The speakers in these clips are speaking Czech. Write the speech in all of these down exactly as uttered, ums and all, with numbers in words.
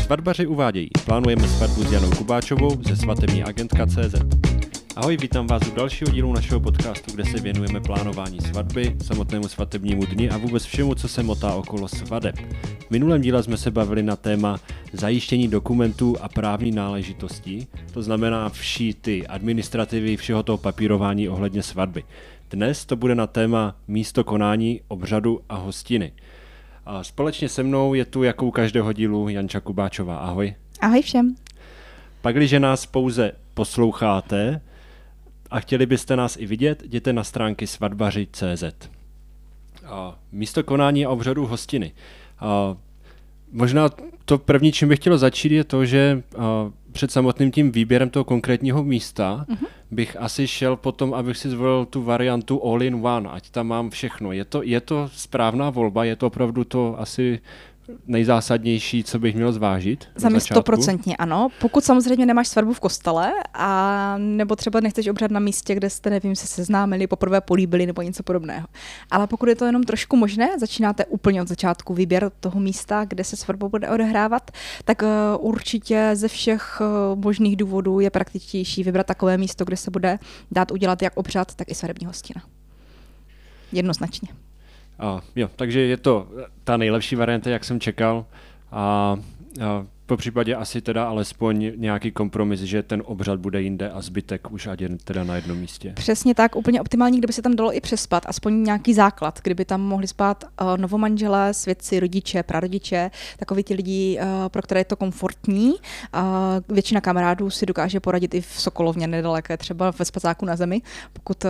Svatbaři uvádějí. Plánujeme svatbu s Janou Kubáčovou ze svatební agentka tečka cé zet. Ahoj, vítám vás u dalšího dílu našeho podcastu, kde se věnujeme plánování svatby, samotnému svatebnímu dni a vůbec všemu, co se motá okolo svadeb. V minulém díle jsme se bavili na téma zajištění dokumentů a právní náležitostí, to znamená vší ty administrativy, všeho toho papírování ohledně svatby. Dnes to bude na téma místo konání, obřadu a hostiny. A společně se mnou je tu jako u každého dílu Janča Kubáčová. Ahoj. Ahoj všem. Pakliže nás pouze posloucháte a chtěli byste nás i vidět, jděte na stránky svatbaři tečka cé zet. A místo konání a obřadu hostiny. A možná to první, čím bych chtěl začít, je to, že před samotným tím výběrem toho konkrétního místa uh-huh. bych asi šel potom, abych si zvolil tu variantu all in one, ať tam mám všechno. Je to, je to správná volba, je to opravdu to asi nejzásadnější, co bych měl zvážit? Za mě stoprocentně ano. Pokud samozřejmě nemáš svatbu v kostele, a nebo třeba nechceš obřad na místě, kde jste, nevím, se seznámili, poprvé políbili nebo něco podobného. Ale pokud je to jenom trošku možné, začínáte úplně od začátku výběr toho místa, kde se svatba bude odehrávat, tak uh, určitě ze všech uh, možných důvodů je praktičtější vybrat takové místo, kde se bude dát udělat jak obřad, tak i svatební hostina. Jednoznačně. A, jo, takže je to ta nejlepší varianta, jak jsem čekal. A, a po případě asi teda alespoň nějaký kompromis, že ten obřad bude jinde a zbytek už ať je teda na jednom místě. Přesně tak, úplně optimální, kdyby se tam dalo i přespat, aspoň nějaký základ, kdyby tam mohli spát uh, novomanželé, svědci, rodiče, prarodiče, takový ti lidi, uh, pro které je to komfortní. Uh, většina kamarádů si dokáže poradit i v Sokolovně nedaleké, třeba ve spacáku na zemi, pokud uh,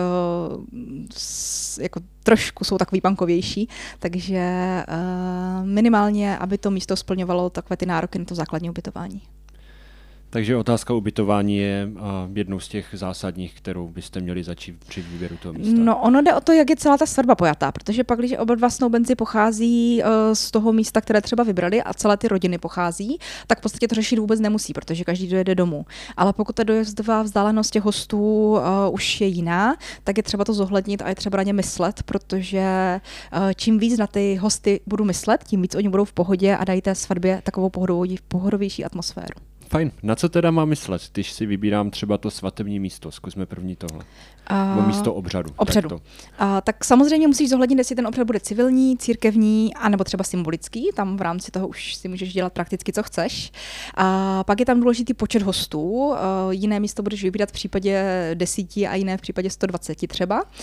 s, jako trošku jsou takový bankovější, takže uh, minimálně, aby to místo splňovalo takové ty nároky na to základní ubytování. Takže otázka ubytování je uh, jednou z těch zásadních, kterou byste měli začít při výběru toho místa. No, ono jde o to, jak je celá ta svatba pojatá, protože pak, když oba dva snoubenci pochází uh, z toho místa, které třeba vybrali a celé ty rodiny pochází, tak v podstatě to řešit vůbec nemusí, protože každý dojede domů. Ale pokud ta dojezdová vzdálenost těch hostů uh, už je jiná, tak je třeba to zohlednit a je třeba na ně myslet, protože uh, čím víc na ty hosty budu myslet, tím víc oni budou v pohodě a dají té svatbě takovou pohodovější atmosféru. Fajn. Na co teda mám myslet, když si vybírám třeba to svatební místo? Zkusme první tohle. Uh, Nebo místo obřadu. Obřadu. Tak, uh, tak samozřejmě musíš zohlednit, jestli ten obřad bude civilní, církevní, anebo třeba symbolický. Tam v rámci toho už si můžeš dělat prakticky, co chceš. Uh, pak je tam důležitý počet hostů. Uh, jiné místo budeš vybírat v případě desíti a jiné v případě sto dvaceti třeba. Uh,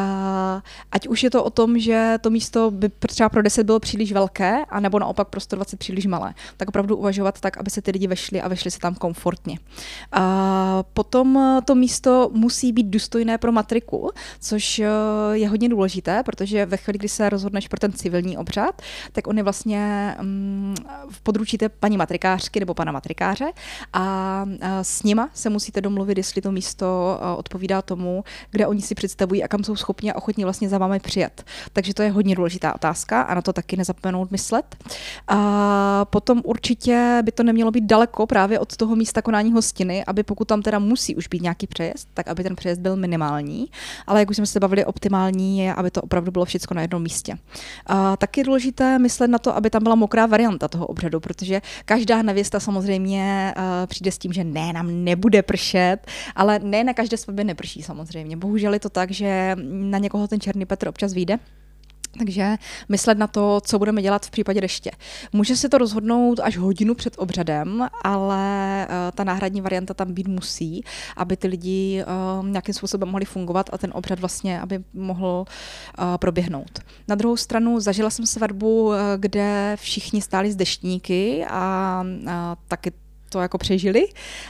ať už je to o tom, že to místo by třeba pro deset bylo příliš velké, anebo naopak pro sto dvacet příliš malé. Tak opravdu uvažovat tak, aby se ty lidi vešli a vešli se tam komfortně. Uh, potom to místo musí být důstojné pro matriku, což je hodně důležité, protože ve chvíli, kdy se rozhodneš pro ten civilní obřad, tak on je vlastně um, v područí té paní matrikářky nebo pana matrikáře a, a s nima se musíte domluvit, jestli to místo odpovídá tomu, kde oni si představují a kam jsou schopni a ochotní vlastně za vámi přijet. Takže to je hodně důležitá otázka a na to taky nezapomenout myslet. A potom určitě by to nemělo být daleko právě od toho místa konání hostiny, aby pokud tam teda musí už být nějaký přejezd, tak aby ten přejezd byl minimální, ale jak už jsme se bavili, optimální je, aby to opravdu bylo všechno na jednom místě. A taky je důležité myslet na to, aby tam byla mokrá varianta toho obřadu, protože každá nevěsta samozřejmě uh, přijde s tím, že ne, nám nebude pršet, ale ne na každé svatbě neprší samozřejmě. Bohužel je to tak, že na někoho ten černý Petr občas vyjde. Takže myslet na to, co budeme dělat v případě deště. Může se to rozhodnout až hodinu před obřadem, ale uh, ta náhradní varianta tam být musí, aby ty lidi uh, nějakým způsobem mohli fungovat a ten obřad vlastně, aby mohl uh, proběhnout. Na druhou stranu zažila jsem svatbu, uh, kde všichni stáli s deštníky a uh, taky to jako přežili.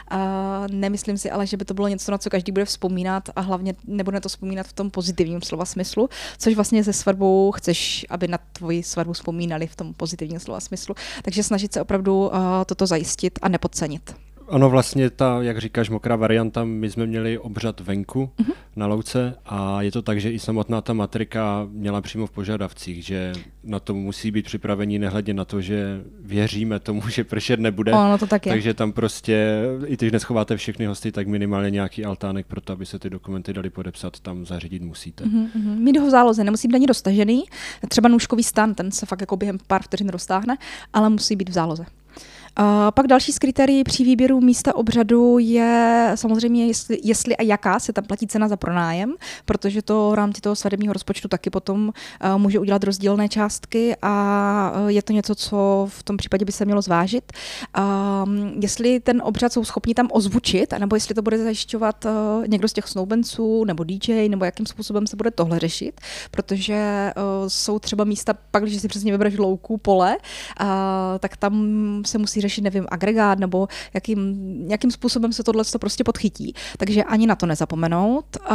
A nemyslím si ale, že by to bylo něco, na co každý bude vzpomínat a hlavně nebude to vzpomínat v tom pozitivním slova smyslu, což vlastně se svatbou chceš, aby na tvoji svatbu vzpomínali v tom pozitivním slova smyslu. Takže snažit se opravdu uh, toto zajistit a nepodcenit. Ono vlastně ta, jak říkáš, mokrá varianta, my jsme měli obřad venku uh-huh. na louce a je to tak, že i samotná ta matrika měla přímo v požadavcích, že na to musí být připravení nehledě na to, že věříme tomu, že pršet nebude. Ono to tak je. Takže tam prostě, i když neschováte všechny hosty, tak minimálně nějaký altánek pro to, aby se ty dokumenty dali podepsat, tam zařídit musíte. Uh-huh, uh-huh. Mít ho v záloze, nemusí být ani dostažený, třeba nůžkový stan, ten se fakt jako během pár vteřin roztáhne, ale musí být v záloze. A pak další z kritérií při výběru místa obřadu je samozřejmě, jestli, jestli a jaká se tam platí cena za pronájem, protože to v rámci toho svatebního rozpočtu taky potom uh, může udělat rozdílné částky a uh, je to něco, co v tom případě by se mělo zvážit. Um, jestli ten obřad jsou schopni tam ozvučit, nebo jestli to bude zajišťovat uh, někdo z těch snoubenců, nebo D J, nebo jakým způsobem se bude tohle řešit, protože uh, jsou třeba místa, pak když si přesně vybereš louku, pole, uh, tak tam se musí řešit, nevím, agregát, nebo jakým, jakým způsobem se tohle prostě podchytí. Takže ani na to nezapomenout. Uh,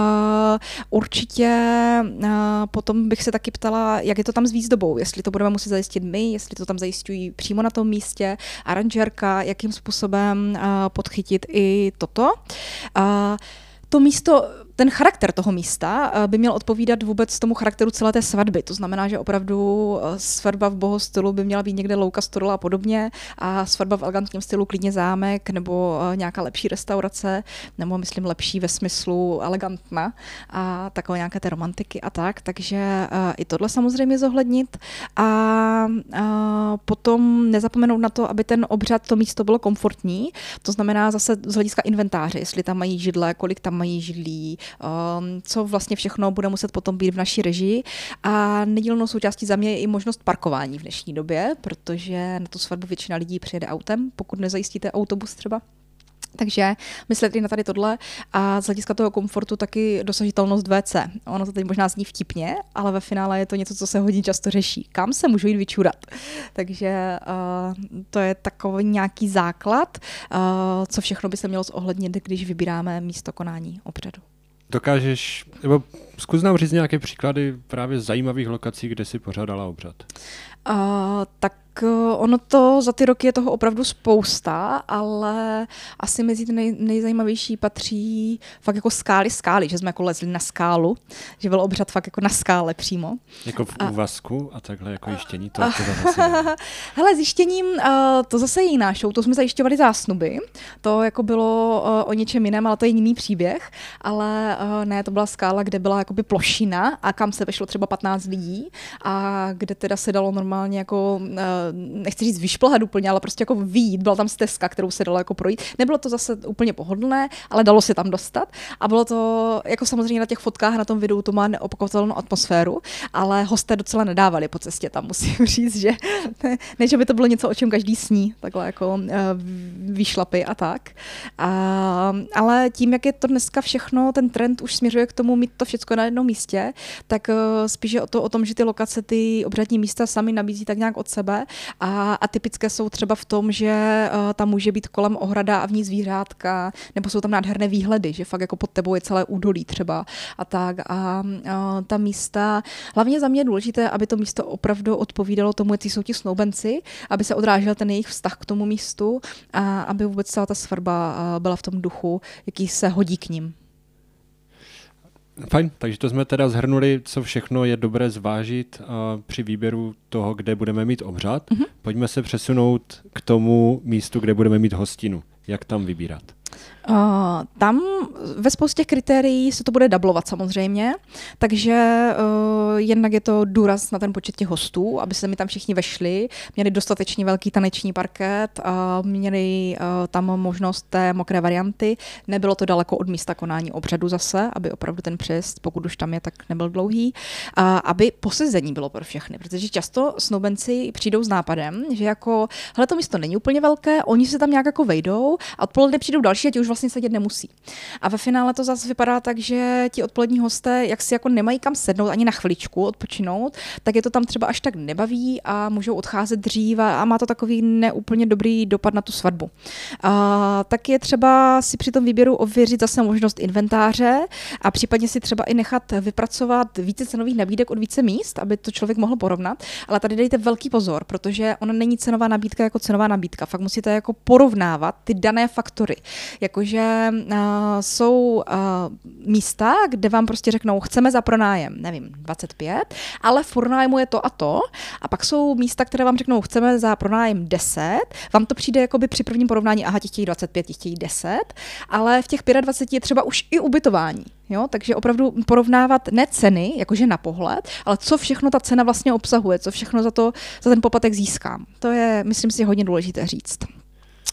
určitě uh, potom bych se taky ptala, jak je to tam s výzdobou, jestli to budeme muset zajistit my, jestli to tam zajišťují přímo na tom místě, aranžérka, jakým způsobem uh, podchytit i toto. Uh, to místo, ten charakter toho místa by měl odpovídat vůbec tomu charakteru celé té svatby. To znamená, že opravdu svatba v bohostylu by měla být někde louka, stodola a podobně a svatba v elegantním stylu klidně zámek nebo nějaká lepší restaurace, nebo myslím lepší ve smyslu elegantna a takové nějaké té romantiky a tak. Takže i tohle samozřejmě zohlednit a, a potom nezapomenout na to, aby ten obřad, to místo bylo komfortní. To znamená zase z hlediska inventáře, jestli tam mají židle, kolik tam mají židlí, Um, co vlastně všechno bude muset potom být v naší režii. A nedílnou součástí za mě je i možnost parkování v dnešní době, protože na tu svatbu většina lidí přijede autem, pokud nezajistíte autobus třeba. Takže myslet i na tady tohle a z hlediska toho komfortu taky dosažitelnost W C. Ono to teď možná zní vtipně, ale ve finále je to něco, co se hodně často řeší. Kam se můžu jít vyčurat? Takže uh, to je takový nějaký základ, uh, co všechno by se mělo zohlednit, když vybíráme místo konání obřadu. Dokážeš, nebo zkus nám říct nějaké příklady právě zajímavých lokací, kde si pořádala obřad. Uh, tak ono to za ty roky je toho opravdu spousta, ale asi mezi ty nej, nejzajímavější patří fakt jako skály, skály, že jsme jako lezli na skálu, že byl obřad fakt jako na skále přímo. Jako v a, úvazku a takhle jako jištění, to, a, to zase hele, s jištěním uh, to zase je jiná show, to jsme zajišťovali zásnuby, to jako bylo uh, o něčem jiném, ale to je jiný příběh, ale uh, ne, to byla skála, kde byla jakoby plošina a kam se vešlo třeba patnáct lidí a kde teda se dalo normálně jako uh, nechci říct vyšplhat úplně, ale prostě jako vyjít. Byla tam stezka, kterou se dalo jako projít. Nebylo to zase úplně pohodlné, ale dalo se tam dostat. A bylo to, jako samozřejmě na těch fotkách, na tom videu to má neopakovatelnou atmosféru, ale hosté docela nedávali po cestě tam, musím říct, že ne, ne že by to bylo něco, o čem každý sní, takhle jako uh, výšlapy a tak. A, ale tím, jak je to dneska všechno, ten trend už směřuje k tomu mít to všechno na jednom místě, tak uh, spíš je o, to, o tom, že ty lokace, ty obřadní místa sami nabízí tak nějak od sebe. A, a typické jsou třeba v tom, že uh, tam může být kolem ohrada a v ní zvířátka, nebo jsou tam nádherné výhledy, že fakt jako pod tebou je celé údolí třeba a tak. A uh, ta místa, hlavně za mě je důležité, aby to místo opravdu odpovídalo tomu, jaký jsou ti snoubenci, aby se odrážel ten jejich vztah k tomu místu a aby vůbec celá ta svatba uh, byla v tom duchu, jaký se hodí k nim. Fajn, takže to jsme teda shrnuli, co všechno je dobré zvážit a při výběru toho, kde budeme mít obřad. Mm-hmm. Pojďme se přesunout k tomu místu, kde budeme mít hostinu. Jak tam vybírat? Uh, tam ve spoustě kritérií se to bude dublovat samozřejmě, takže uh, jednak je to důraz na ten počet těch hostů, aby se mi tam všichni vešli, měli dostatečně velký taneční parket, uh, měli uh, tam možnost té mokré varianty, nebylo to daleko od místa konání obřadu zase, aby opravdu ten přejezd, pokud už tam je, tak nebyl dlouhý, uh, aby posezení bylo pro všechny, protože často snoubenci přijdou s nápadem, že jako, hele, to místo není úplně velké, oni se tam nějak jako vejdou a odpoledne přijdou další a ti už vlastně sedět nemusí. A ve finále to zase vypadá tak, že ti odpolední hosté, jak si jako nemají kam sednout ani na chviličku odpočinout, tak je to tam třeba až tak nebaví a můžou odcházet dřív a má to takový neúplně dobrý dopad na tu svatbu. A tak je třeba si při tom výběru ověřit zase možnost inventáře a případně si třeba i nechat vypracovat více cenových nabídek od více míst, aby to člověk mohl porovnat. Ale tady dejte velký pozor, protože ona není cenová nabídka jako cenová nabídka. Fakt musíte jako porovnávat ty dané faktory. Jakože uh, jsou uh, místa, kde vám prostě řeknou, chceme za pronájem, nevím, dvacet pět, ale v pronájmu je to a to. A pak jsou místa, které vám řeknou, chceme za pronájem deset, vám to přijde jakoby při prvním porovnání, aha, ti chtějí dvacet pět, ti chtějí deset, ale v těch dvacet pět je třeba už i ubytování. Jo, takže opravdu porovnávat ne ceny, jakože na pohled, ale co všechno ta cena vlastně obsahuje, co všechno za to, za ten poplatek získám. To je, myslím si, hodně důležité říct.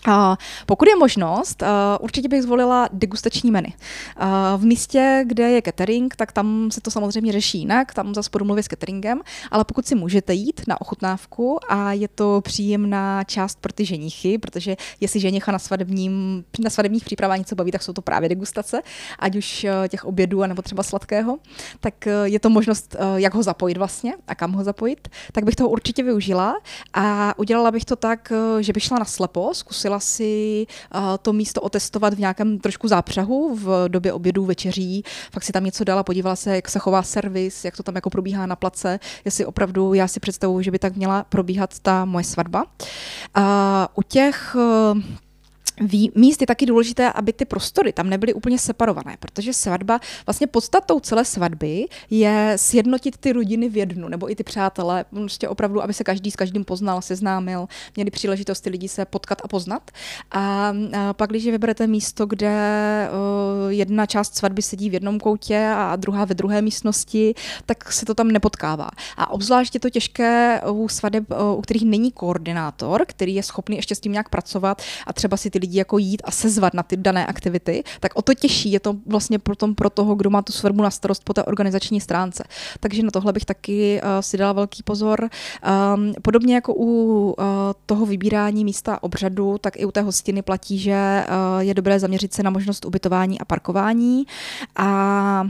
Uh, pokud je možnost, uh, určitě bych zvolila degustační menu. Uh, v místě, kde je catering, tak tam se to samozřejmě řeší jinak, tam zase budu mluvit s cateringem, ale pokud si můžete jít na ochutnávku a je to příjemná část pro ty ženichy, protože jestli ženicha na, svadebním, na svadebních přípravách něco baví, tak jsou to právě degustace, ať už uh, těch obědů, anebo třeba sladkého, tak uh, je to možnost, uh, jak ho zapojit vlastně a kam ho zapojit, tak bych toho určitě využila a udělala bych to tak, uh, že bych šla na slepo, zkusila si uh, to místo otestovat v nějakém trošku zápřahu v době obědů, večeří, fakt si tam něco dala, podívala se, jak se chová servis, jak to tam jako probíhá na place, jestli opravdu já si představuji, že by tak měla probíhat ta moje svatba. Uh, u těch uh, míst je taky důležité, aby ty prostory tam nebyly úplně separované, protože svatba, vlastně podstatou celé svatby je sjednotit ty rodiny v jednu, nebo i ty přátelé, prostě opravdu, aby se každý s každým poznal, seznámil, měli příležitost ty lidi se potkat a poznat. A, a pak, když vyberete místo, kde uh, jedna část svatby sedí v jednom koutě a druhá ve druhé místnosti, tak se to tam nepotkává. A obzvlášť je to těžké u svateb, u kterých není koordinátor, který je schopný ještě s tím nějak pracovat a třeba si ty lidi jako jít a sezvat na ty dané aktivity, tak o to těžší je to vlastně pro, tom, pro toho, kdo má tu svatbu na starost po té organizační stránce. Takže na tohle bych taky uh, si dala velký pozor. Um, podobně jako u uh, toho vybírání místa obřadu, tak i u té hostiny platí, že uh, je dobré zaměřit se na možnost ubytování a parkování. A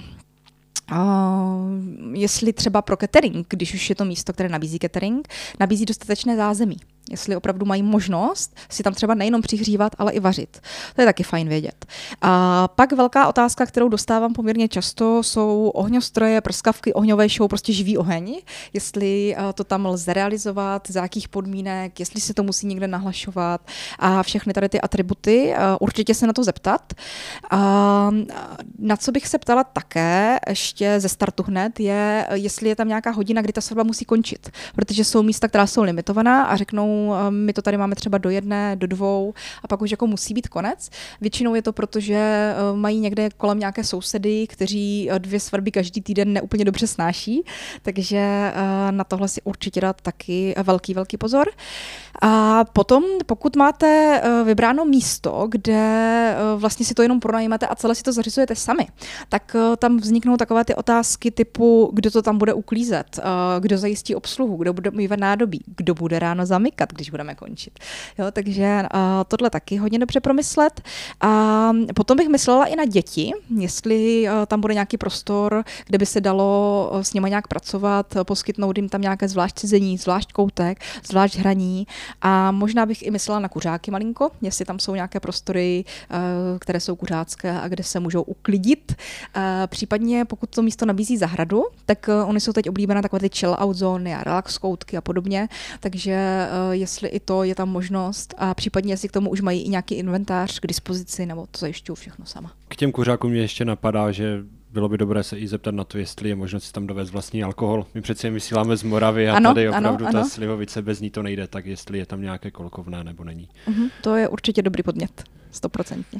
Uh, jestli třeba pro catering, když už je to místo, které nabízí catering, nabízí dostatečné zázemí. Jestli opravdu mají možnost si tam třeba nejenom přihřívat, ale i vařit. To je taky fajn vědět. A pak velká otázka, kterou dostávám poměrně často, jsou ohňostroje, prskavky, ohňové show, prostě živý oheň. Jestli to tam lze realizovat, za jakých podmínek, jestli se to musí někde nahlašovat a všechny tady ty atributy. Určitě se na to zeptat. A na co bych se ptala také, ještě ze startu hned, je, jestli je tam nějaká hodina, kdy ta svatba musí končit. Protože jsou místa, která jsou limitovaná a řeknou, my to tady máme třeba do jedné, do dvou a pak už jako musí být konec. Většinou je to proto, že mají někde kolem nějaké sousedy, kteří dvě svatby každý týden neúplně dobře snáší, takže na tohle si určitě dát taky velký, velký pozor. A potom, pokud máte vybráno místo, kde vlastně si to jenom pronajímáte a celé si to zařizujete sami, tak tam vzniknou takové ty otázky typu, kdo to tam bude uklízet, kdo zajistí obsluhu, kdo bude mývat nádobí, kdo bude ráno zamykat, když budeme končit. Jo, takže uh, tohle taky hodně dobře promyslet. A potom bych myslela i na děti, jestli uh, tam bude nějaký prostor, kde by se dalo uh, s nimi nějak pracovat, poskytnout jim tam nějaké zvlášť sezení, zvlášť koutek, zvlášť hraní. A možná bych i myslela na kuřáky malinko, jestli tam jsou nějaké prostory, uh, které jsou kuřácké a kde se můžou uklidit. Uh, případně pokud to místo nabízí zahradu, tak uh, oni jsou teď oblíbené takové ty chill out zóny a relax koutky a podobně, takže uh, jestli i to je tam možnost a případně jestli k tomu už mají i nějaký inventář k dispozici nebo to zajišťují všechno sama. K těm kuřákům mě ještě napadá, že bylo by dobré se i zeptat na to, jestli je možnost si tam dovést vlastní alkohol. My přece vysíláme z Moravy a ano, tady opravdu ano, ano. Ta slivovice bez ní to nejde, tak jestli je tam nějaké kolkovné nebo není. Uh-huh, to je určitě dobrý podnět, stoprocentně.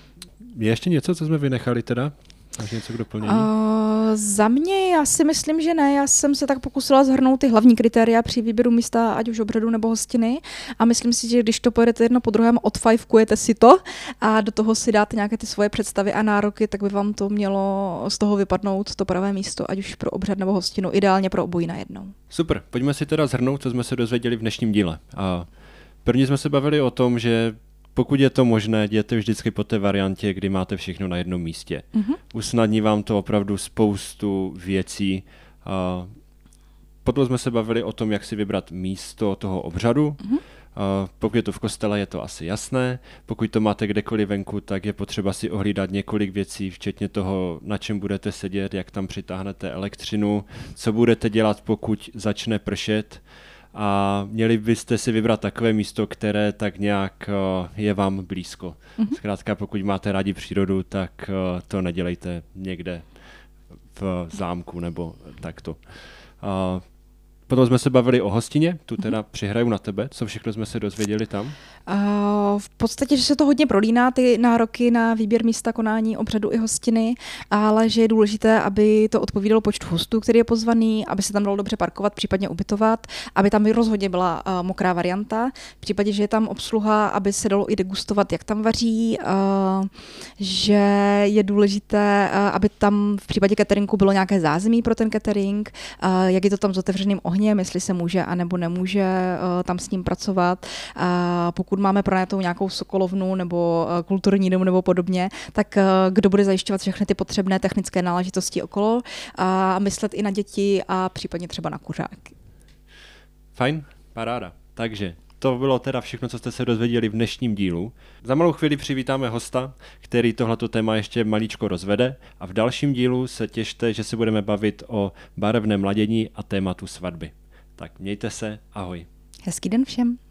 Je ještě něco, co jsme vynechali teda? Máš něco k doplnění? Uh, za mě já si myslím, že ne. Já jsem se tak pokusila shrnout ty hlavní kritéria při výběru místa, ať už obřadu nebo hostiny. A myslím si, že když to pojedete jedno po druhém, odfajfkujete si to a do toho si dáte nějaké ty svoje představy a nároky, tak by vám to mělo z toho vypadnout to pravé místo, ať už pro obřad nebo hostinu, ideálně pro obojí najednou. Super, pojďme si teda shrnout, co jsme se dozvěděli v dnešním díle. A první jsme se bavili o tom, že pokud je to možné, jděte vždycky po té variantě, kdy máte všechno na jednom místě. Mm-hmm. Usnadní vám to opravdu spoustu věcí. Uh, potom jsme se bavili o tom, jak si vybrat místo toho obřadu. Mm-hmm. Uh, pokud je to v kostele, je to asi jasné. Pokud to máte kdekoliv venku, tak je potřeba si ohlídat několik věcí, včetně toho, na čem budete sedět, jak tam přitáhnete elektřinu, co budete dělat, pokud začne pršet. A měli byste si vybrat takové místo, které tak nějak uh, je vám blízko. Mm-hmm. Zkrátka, pokud máte rádi přírodu, tak uh, to nedělejte někde v zámku nebo takto. Uh, Potom jsme se bavili o hostině, tu teda přihraju na tebe, co všechno jsme se dozvěděli tam. Uh, v podstatě, že se to hodně prolíná, ty nároky na výběr místa, konání obřadu i hostiny, ale že je důležité, aby to odpovídalo počtu hostů, který je pozvaný, aby se tam dalo dobře parkovat, případně ubytovat, aby tam rozhodně byla uh, mokrá varianta. V případě, že je tam obsluha, aby se dalo i degustovat, jak tam vaří, uh, že je důležité, uh, aby tam v případě cateringu bylo nějaké zázemí pro ten catering, uh, jak je to tam s otevřeným ohněm, jestli se může anebo nemůže uh, tam s ním pracovat. Uh, pokud máme pronajatou nějakou sokolovnu nebo uh, kulturní domu nebo podobně, tak uh, kdo bude zajišťovat všechny ty potřebné technické náležitosti okolo a myslet i na děti a případně třeba na kuřáky. Fajn, paráda. Takže to bylo teda všechno, co jste se dozvěděli v dnešním dílu. Za malou chvíli přivítáme hosta, který tohleto téma ještě malíčko rozvede a v dalším dílu se těšte, že se budeme bavit o barevném ladění a tématu svatby. Tak mějte se, ahoj. Hezký den všem.